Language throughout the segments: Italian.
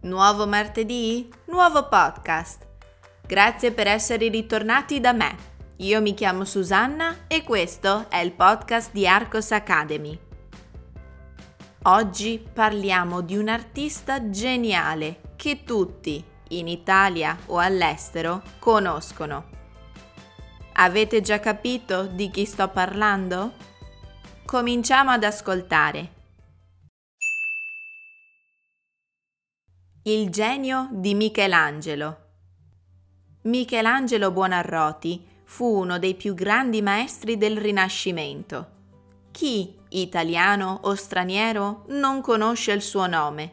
Nuovo martedì, nuovo podcast. Grazie per essere ritornati da me. Io mi chiamo Susanna e questo è il podcast di Arcos Academy. Oggi parliamo di un artista geniale che tutti, in Italia o all'estero, conoscono. Avete già capito di chi sto parlando? Cominciamo ad ascoltare. Il genio di Michelangelo. Michelangelo Buonarroti fu uno dei più grandi maestri del Rinascimento. Chi, italiano o straniero, non conosce il suo nome?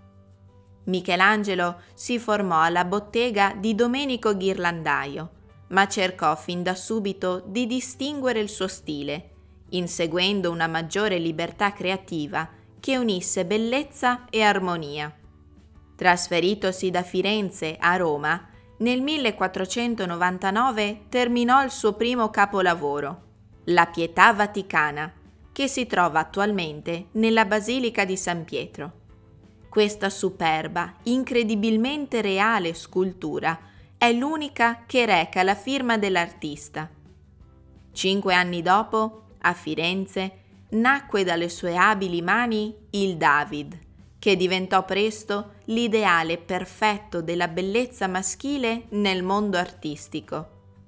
Michelangelo si formò alla bottega di Domenico Ghirlandaio, ma cercò fin da subito di distinguere il suo stile, inseguendo una maggiore libertà creativa che unisse bellezza e armonia. Trasferitosi da Firenze a Roma, nel 1499 terminò il suo primo capolavoro, la Pietà Vaticana, che si trova attualmente nella Basilica di San Pietro. Questa superba, incredibilmente reale scultura è l'unica che reca la firma dell'artista. 5 anni dopo, a Firenze, nacque dalle sue abili mani il David, che diventò presto l'ideale perfetto della bellezza maschile nel mondo artistico.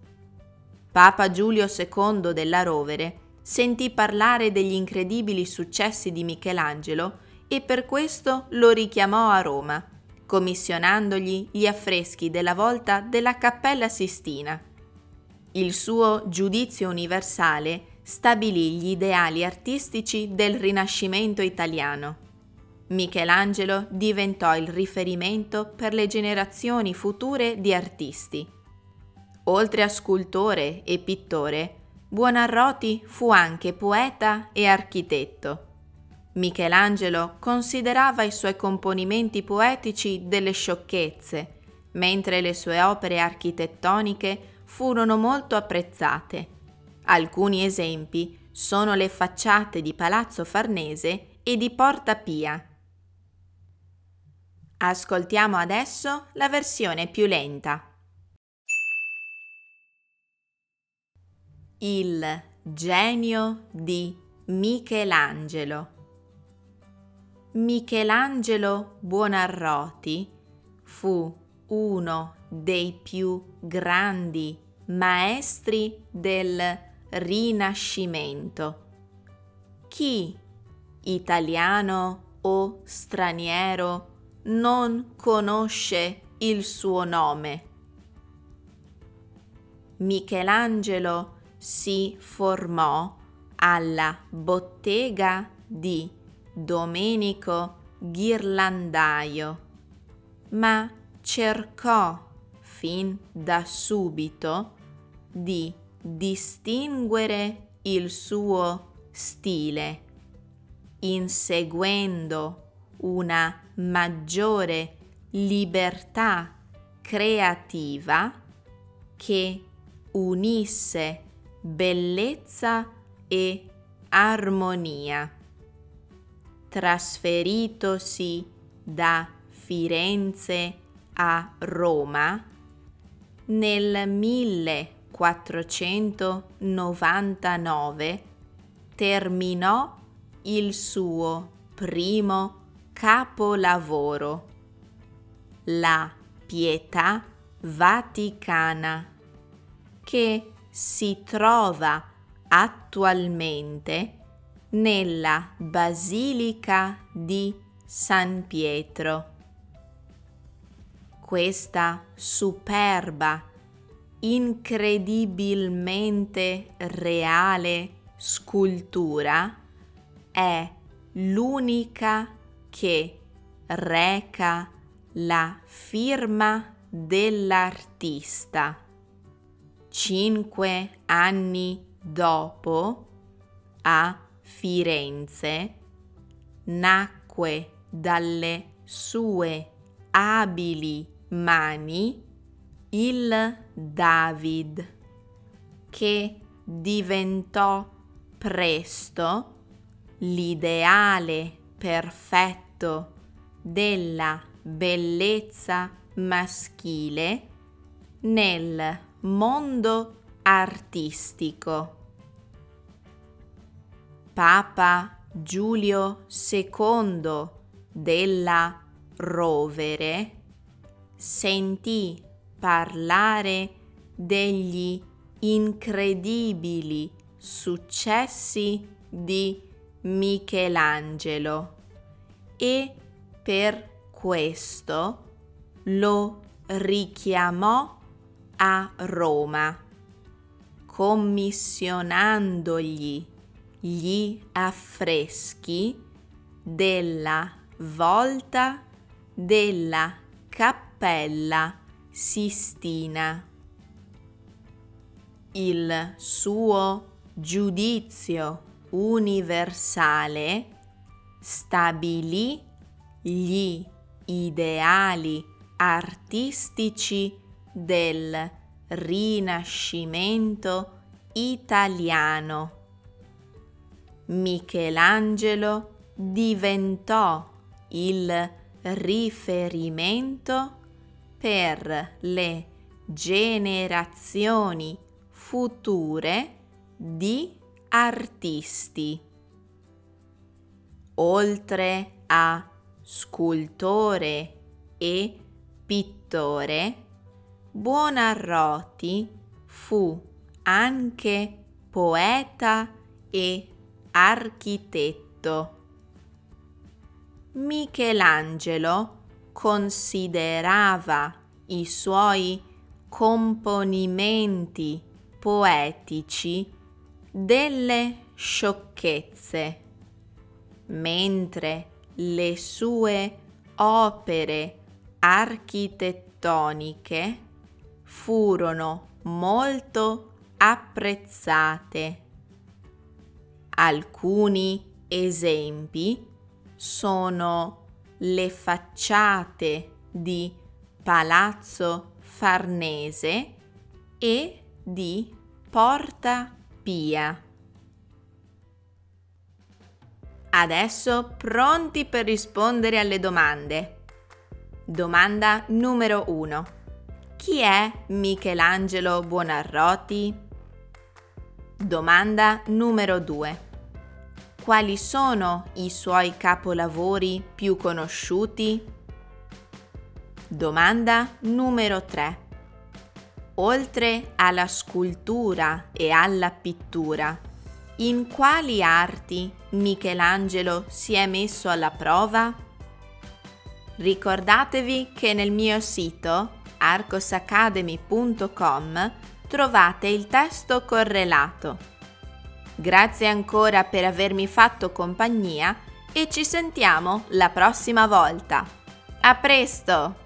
Papa Giulio II della Rovere sentì parlare degli incredibili successi di Michelangelo e per questo lo richiamò a Roma, commissionandogli gli affreschi della volta della Cappella Sistina. Il suo Giudizio universale stabilì gli ideali artistici del Rinascimento italiano. Michelangelo diventò il riferimento per le generazioni future di artisti. Oltre a scultore e pittore, Buonarroti fu anche poeta e architetto. Michelangelo considerava i suoi componimenti poetici delle sciocchezze, mentre le sue opere architettoniche furono molto apprezzate. Alcuni esempi sono le facciate di Palazzo Farnese e di Porta Pia. Ascoltiamo adesso la versione più lenta. Il genio di Michelangelo. Michelangelo Buonarroti fu uno dei più grandi maestri del Rinascimento. Chi, italiano o straniero, non conosce il suo nome? Michelangelo si formò alla bottega di Domenico Ghirlandaio, ma cercò fin da subito di distinguere il suo stile, inseguendo una maggiore libertà creativa che unisse bellezza e armonia. Trasferitosi da Firenze a Roma, nel 1499 terminò il suo primo capolavoro, la Pietà Vaticana, che si trova attualmente nella Basilica di San Pietro. Questa superba, incredibilmente reale scultura è l'unica che reca la firma dell'artista. 5 anni dopo, a Firenze, nacque dalle sue abili mani il David, che diventò presto l'ideale perfetto della bellezza maschile nel mondo artistico. Papa Giulio II della Rovere sentì parlare degli incredibili successi di Michelangelo e per questo lo richiamò a Roma, commissionandogli gli affreschi della volta della Cappella Sistina. Il suo giudizio universale stabilì gli ideali artistici del Rinascimento italiano. Michelangelo diventò il riferimento per le generazioni future di artisti. Oltre a scultore e pittore, Buonarroti fu anche poeta e architetto. Michelangelo considerava i suoi componimenti poetici delle sciocchezze, mentre le sue opere architettoniche furono molto apprezzate. Alcuni esempi sono le facciate di Palazzo Farnese e di Porta Pia. Adesso pronti per rispondere alle domande. Domanda numero 1. Chi è Michelangelo Buonarroti? Domanda numero 2. Quali sono i suoi capolavori più conosciuti? Domanda numero 3. Oltre alla scultura e alla pittura, in quali arti Michelangelo si è messo alla prova? Ricordatevi che nel mio sito arcosacademy.com trovate il testo correlato. Grazie ancora per avermi fatto compagnia e ci sentiamo la prossima volta. A presto!